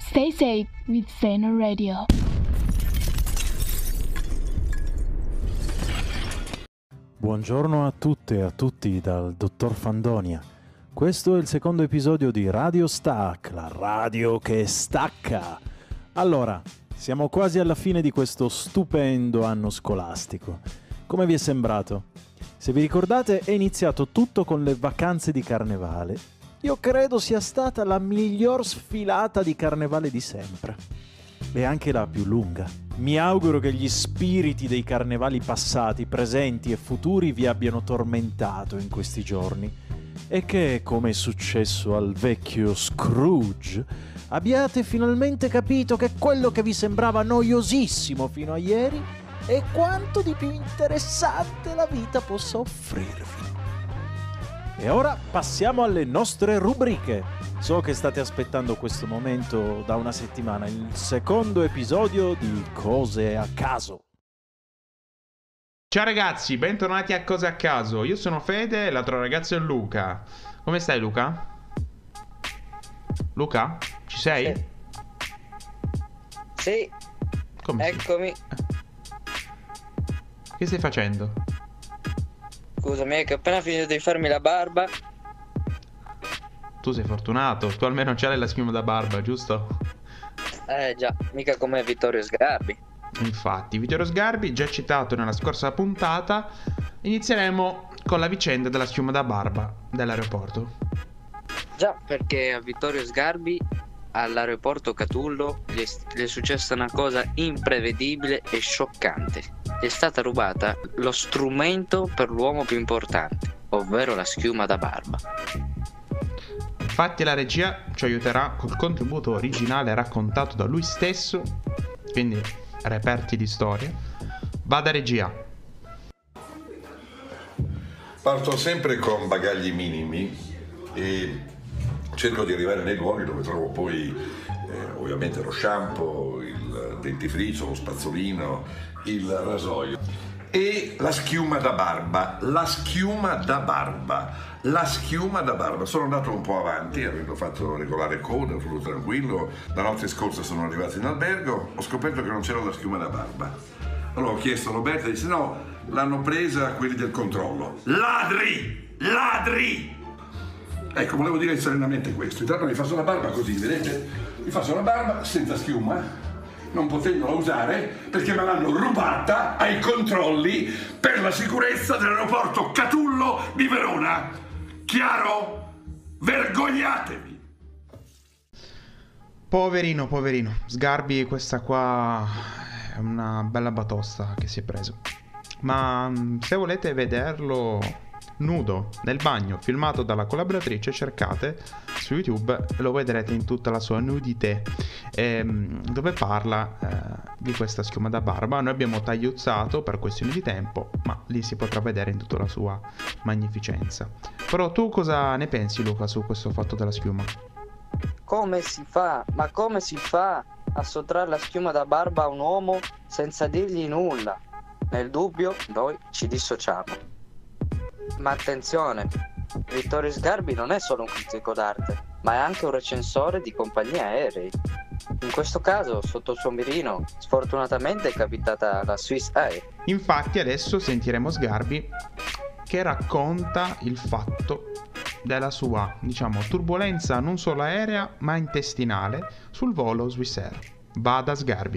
Stay safe with Zeno Radio. Buongiorno a tutte e a tutti dal dottor Fandonia. Questo è il secondo episodio di Radio Stack, la radio che stacca. Allora, siamo quasi alla fine di questo stupendo anno scolastico. Come vi è sembrato? Se vi ricordate, è iniziato tutto con le vacanze di carnevale. Io credo sia stata la miglior sfilata di carnevale di sempre. E anche la più lunga. Mi auguro che gli spiriti dei carnevali passati, presenti e futuri vi abbiano tormentato in questi giorni e che, come è successo al vecchio Scrooge, abbiate finalmente capito che quello che vi sembrava noiosissimo fino a ieri è quanto di più interessante la vita possa offrirvi. E ora passiamo alle nostre rubriche. So che state aspettando questo momento da una settimana, il secondo episodio di Cose a caso. Ciao ragazzi, bentornati a Cose a caso. Io sono Fede e l'altro ragazzo è Luca. Come stai, Luca? Luca? Ci sei? Sì. Come Eccomi. Che stai facendo? Scusami, è che ho appena finito di farmi la barba. Tu sei fortunato, tu almeno c'hai la schiuma da barba, giusto? Già, mica come Vittorio Sgarbi. Infatti, Vittorio Sgarbi, già citato nella scorsa puntata, inizieremo con la vicenda della schiuma da barba dell'aeroporto. Già, perché a Vittorio Sgarbi all'aeroporto Catullo gli è successa una cosa imprevedibile e scioccante. Gli è stata rubata lo strumento per l'uomo più importante, ovvero la schiuma da barba. Infatti la regia ci aiuterà col contributo originale raccontato da lui stesso, quindi reperti di storia. Vada regia. Parto sempre con bagagli minimi e cerco di arrivare nei luoghi dove trovo poi ovviamente lo shampoo, il dentifricio, lo spazzolino, il rasoio e la schiuma da barba. Sono andato un po' avanti, avendo fatto regolare coda, tutto tranquillo. La notte scorsa sono arrivato in albergo, ho scoperto che non c'era la schiuma da barba. Allora ho chiesto a Roberta e dice no, l'hanno presa quelli del controllo. Ladri! Ecco, volevo dire serenamente questo. Intanto mi faccio la barba così, vedete? Mi faccio la barba senza schiuma, non potendola usare perché me l'hanno rubata ai controlli per la sicurezza dell'aeroporto Catullo di Verona. Chiaro? Vergognatevi! Poverino. Sgarbi, questa qua è una bella batosta che si è preso. Ma se volete vederlo nudo nel bagno, filmato dalla collaboratrice, cercate su YouTube e lo vedrete in tutta la sua nudité, dove parla di questa schiuma da barba. Noi abbiamo tagliuzzato per questioni di tempo, ma lì si potrà vedere in tutta la sua magnificenza. Però tu cosa ne pensi, Luca, su questo fatto della schiuma? Come si fa a sottrarre la schiuma da barba a un uomo senza dirgli nulla? Nel dubbio noi ci dissociamo. Ma attenzione, Vittorio Sgarbi non è solo un critico d'arte, ma è anche un recensore di compagnie aerei. In questo caso, sotto il suo mirino, sfortunatamente è capitata la Swiss Air. Infatti adesso sentiremo Sgarbi che racconta il fatto della sua, turbolenza non solo aerea, ma intestinale sul volo Swiss Air. Vada Sgarbi.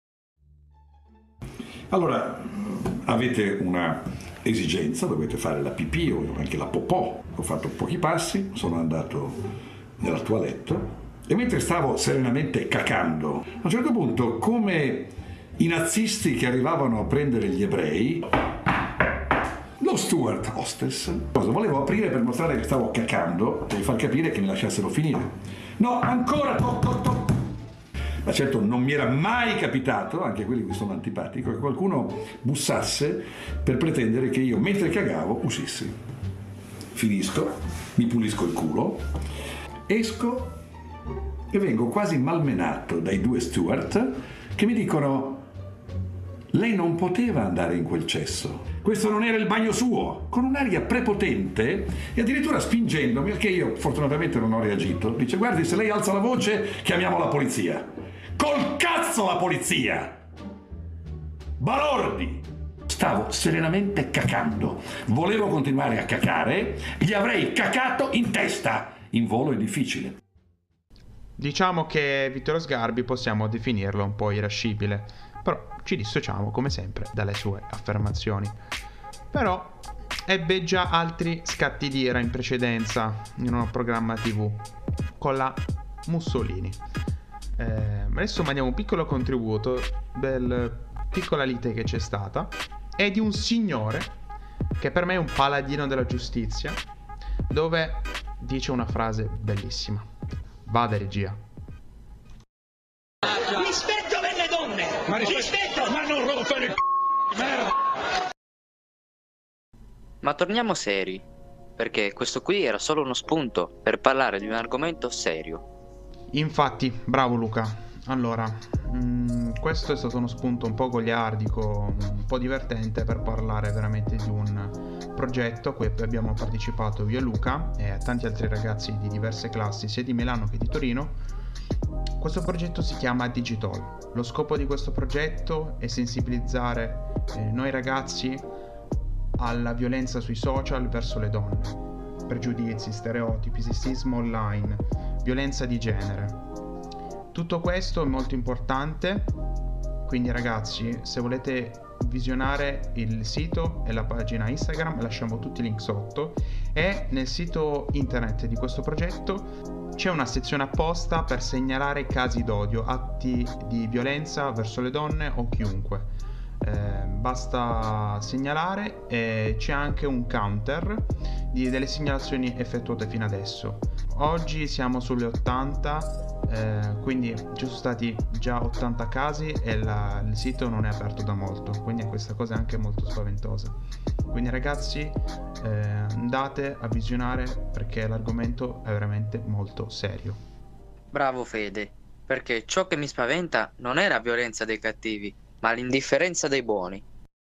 Allora, avete una esigenza, dovete fare la pipì o anche la popò. Ho fatto pochi passi, sono andato nella toilette e mentre stavo serenamente cacando, a un certo punto, come i nazisti che arrivavano a prendere gli ebrei, lo steward hostess volevo aprire per mostrare che stavo cacando e far capire che mi lasciassero finire. No, ancora toc. Ma certo non mi era mai capitato, anche quelli che sono antipatico, che qualcuno bussasse per pretendere che io, mentre cagavo, uscissi. Finisco, mi pulisco il culo, esco e vengo quasi malmenato dai due steward che mi dicono Lei non poteva andare in quel cesso. Questo non era il bagno suo. Con un'aria prepotente e addirittura spingendomi, al che io fortunatamente non ho reagito, dice: guardi, se lei alza la voce chiamiamo la polizia. Col cazzo la polizia! Balordi! Stavo serenamente cacando. Volevo continuare a cacare, gli avrei cacato in testa. In volo è difficile. Diciamo che Vittorio Sgarbi possiamo definirlo un po' irascibile, però ci dissociamo come sempre dalle sue affermazioni. Però ebbe già altri scatti d'ira in precedenza in un programma TV con la Mussolini. Adesso mandiamo un piccolo contributo del piccola lite che c'è stata e di un signore che per me è un paladino della giustizia, dove dice una frase bellissima. Vada regia. Rispetto per le donne! Ma rispetto! Ma non rompere il merda! Ma torniamo seri, perché questo qui era solo uno spunto per parlare di un argomento serio. Infatti, bravo Luca. Allora, questo è stato uno spunto un po' goliardico, un po' divertente per parlare veramente di un progetto a cui abbiamo partecipato io e Luca e tanti altri ragazzi di diverse classi, sia di Milano che di Torino. Questo progetto si chiama Digital. Lo scopo di questo progetto è sensibilizzare noi ragazzi alla violenza sui social verso le donne, pregiudizi, stereotipi, sessismo online, violenza di genere. Tutto questo è molto importante, quindi ragazzi, se volete visionare il sito e la pagina Instagram, lasciamo tutti i link sotto, e nel sito internet di questo progetto c'è una sezione apposta per segnalare casi d'odio, atti di violenza verso le donne o chiunque. Basta segnalare e c'è anche un counter delle segnalazioni effettuate fino adesso. Oggi siamo sulle 80, quindi ci sono stati già 80 casi e il sito non è aperto da molto, quindi questa cosa è anche molto spaventosa. Quindi ragazzi, andate a visionare perché l'argomento è veramente molto serio. Bravo Fede, perché ciò che mi spaventa non è la violenza dei cattivi, ma l'indifferenza dei buoni.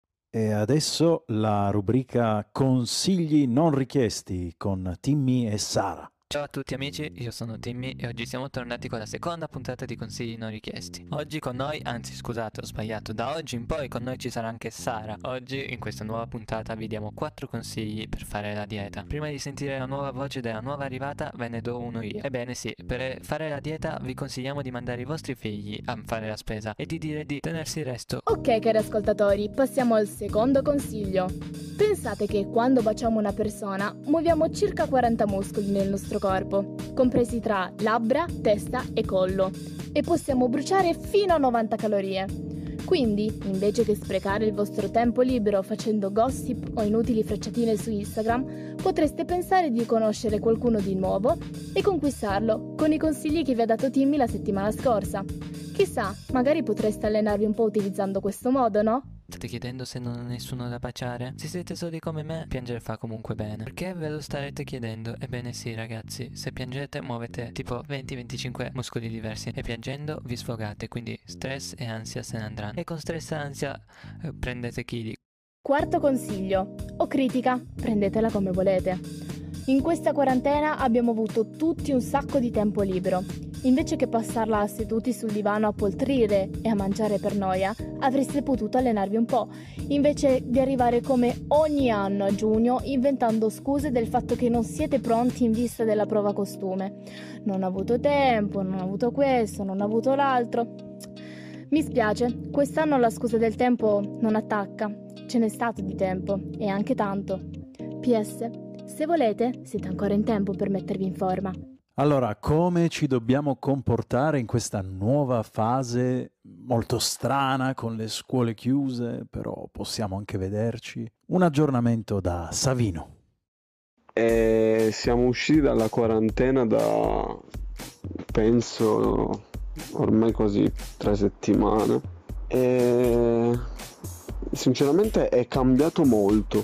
E adesso la rubrica Consigli non richiesti con Timmy e Sara. Ciao a tutti amici, io sono Timmy e oggi siamo tornati con la seconda puntata di Consigli non richiesti. Oggi con noi, anzi scusate ho sbagliato, da oggi in poi con noi ci sarà anche Sara. Oggi in questa nuova puntata vi diamo 4 consigli per fare la dieta. Prima di sentire la nuova voce della nuova arrivata ve ne do uno io. Ebbene sì, per fare la dieta vi consigliamo di mandare i vostri figli a fare la spesa e di dire di tenersi il resto. Ok cari ascoltatori, passiamo al secondo consiglio. Pensate che quando baciamo una persona muoviamo circa 40 muscoli nel nostro corpo, compresi tra labbra, testa e collo, e possiamo bruciare fino a 90 calorie. Quindi, invece che sprecare il vostro tempo libero facendo gossip o inutili frecciatine su Instagram, potreste pensare di conoscere qualcuno di nuovo e conquistarlo con i consigli che vi ha dato Timmy la settimana scorsa. Chissà, magari potreste allenarvi un po' utilizzando questo modo, no? State chiedendo se non ho nessuno da baciare? Se siete soli come me, piangere fa comunque bene. Perché ve lo starete chiedendo? Ebbene sì ragazzi, se piangete muovete tipo 20-25 muscoli diversi e piangendo vi sfogate, quindi stress e ansia se ne andranno. E con stress e ansia prendete chili. Quarto consiglio, o critica, prendetela come volete. In questa quarantena abbiamo avuto tutti un sacco di tempo libero. Invece che passarla seduti sul divano a poltrire e a mangiare per noia, avreste potuto allenarvi un po', invece di arrivare come ogni anno a giugno inventando scuse del fatto che non siete pronti in vista della prova costume. Non ho avuto tempo, non ho avuto questo, non ho avuto l'altro. Mi spiace, quest'anno la scusa del tempo non attacca. Ce n'è stato di tempo, e anche tanto. PS, se volete, siete ancora in tempo per mettervi in forma. Allora, come ci dobbiamo comportare in questa nuova fase molto strana con le scuole chiuse, però possiamo anche vederci? Un aggiornamento da Savino. Siamo usciti dalla quarantena da, penso, ormai quasi 3 settimane e sinceramente è cambiato molto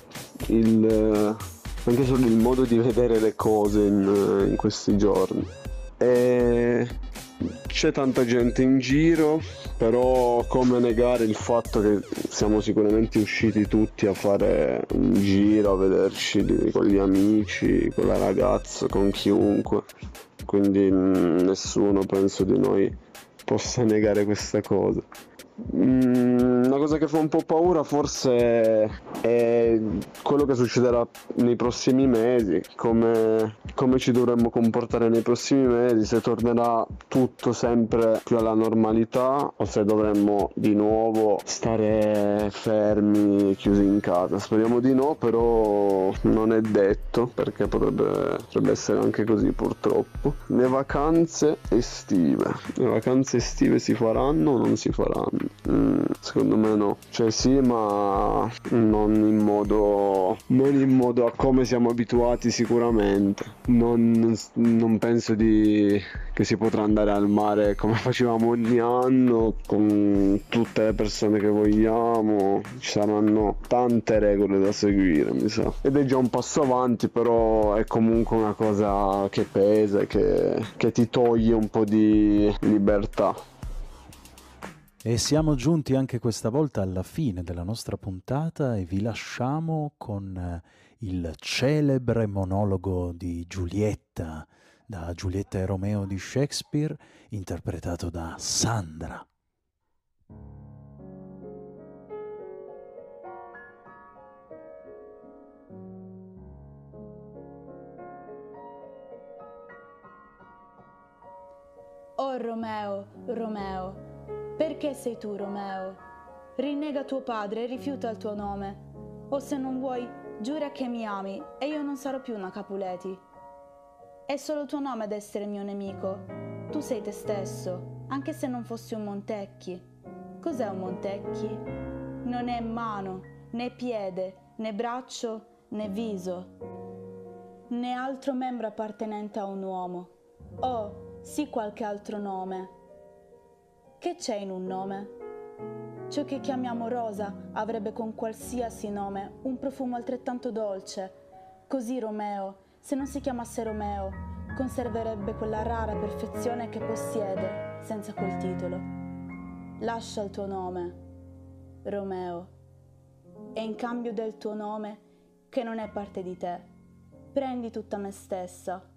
anche solo il modo di vedere le cose in questi giorni. E c'è tanta gente in giro, però come negare il fatto che siamo sicuramente usciti tutti a fare un giro, a vederci con gli amici, con la ragazza, con chiunque, quindi nessuno penso di noi possa negare questa cosa. Una cosa che fa un po' paura forse è quello che succederà nei prossimi mesi, come ci dovremmo comportare nei prossimi mesi, se tornerà tutto sempre più alla normalità o se dovremmo di nuovo stare fermi, chiusi in casa. Speriamo di no, però non è detto, perché potrebbe essere anche così purtroppo. Le vacanze estive si faranno o non si faranno? Secondo me no, cioè sì, ma non in modo a come siamo abituati sicuramente. Non penso che si potrà andare al mare come facevamo ogni anno con tutte le persone che vogliamo. Ci saranno tante regole da seguire, mi sa, ed è già un passo avanti, però è comunque una cosa che pesa e che ti toglie un po' di libertà. E siamo giunti anche questa volta alla fine della nostra puntata e vi lasciamo con il celebre monologo di Giulietta, da Giulietta e Romeo di Shakespeare, interpretato da Sandra. Oh Romeo, Romeo, perché sei tu Romeo? Rinnega tuo padre e rifiuta il tuo nome. O se non vuoi, giura che mi ami e io non sarò più una Capuleti. È solo il tuo nome ad essere mio nemico. Tu sei te stesso, anche se non fossi un Montecchi. Cos'è un Montecchi? Non è mano, né piede, né braccio, né viso, né altro membro appartenente a un uomo. Oh, sì, qualche altro nome. Che c'è in un nome? Ciò che chiamiamo rosa avrebbe con qualsiasi nome un profumo altrettanto dolce. Così Romeo, se non si chiamasse Romeo, conserverebbe quella rara perfezione che possiede senza quel titolo. Lascia il tuo nome, Romeo, e in cambio del tuo nome, che non è parte di te, prendi tutta me stessa.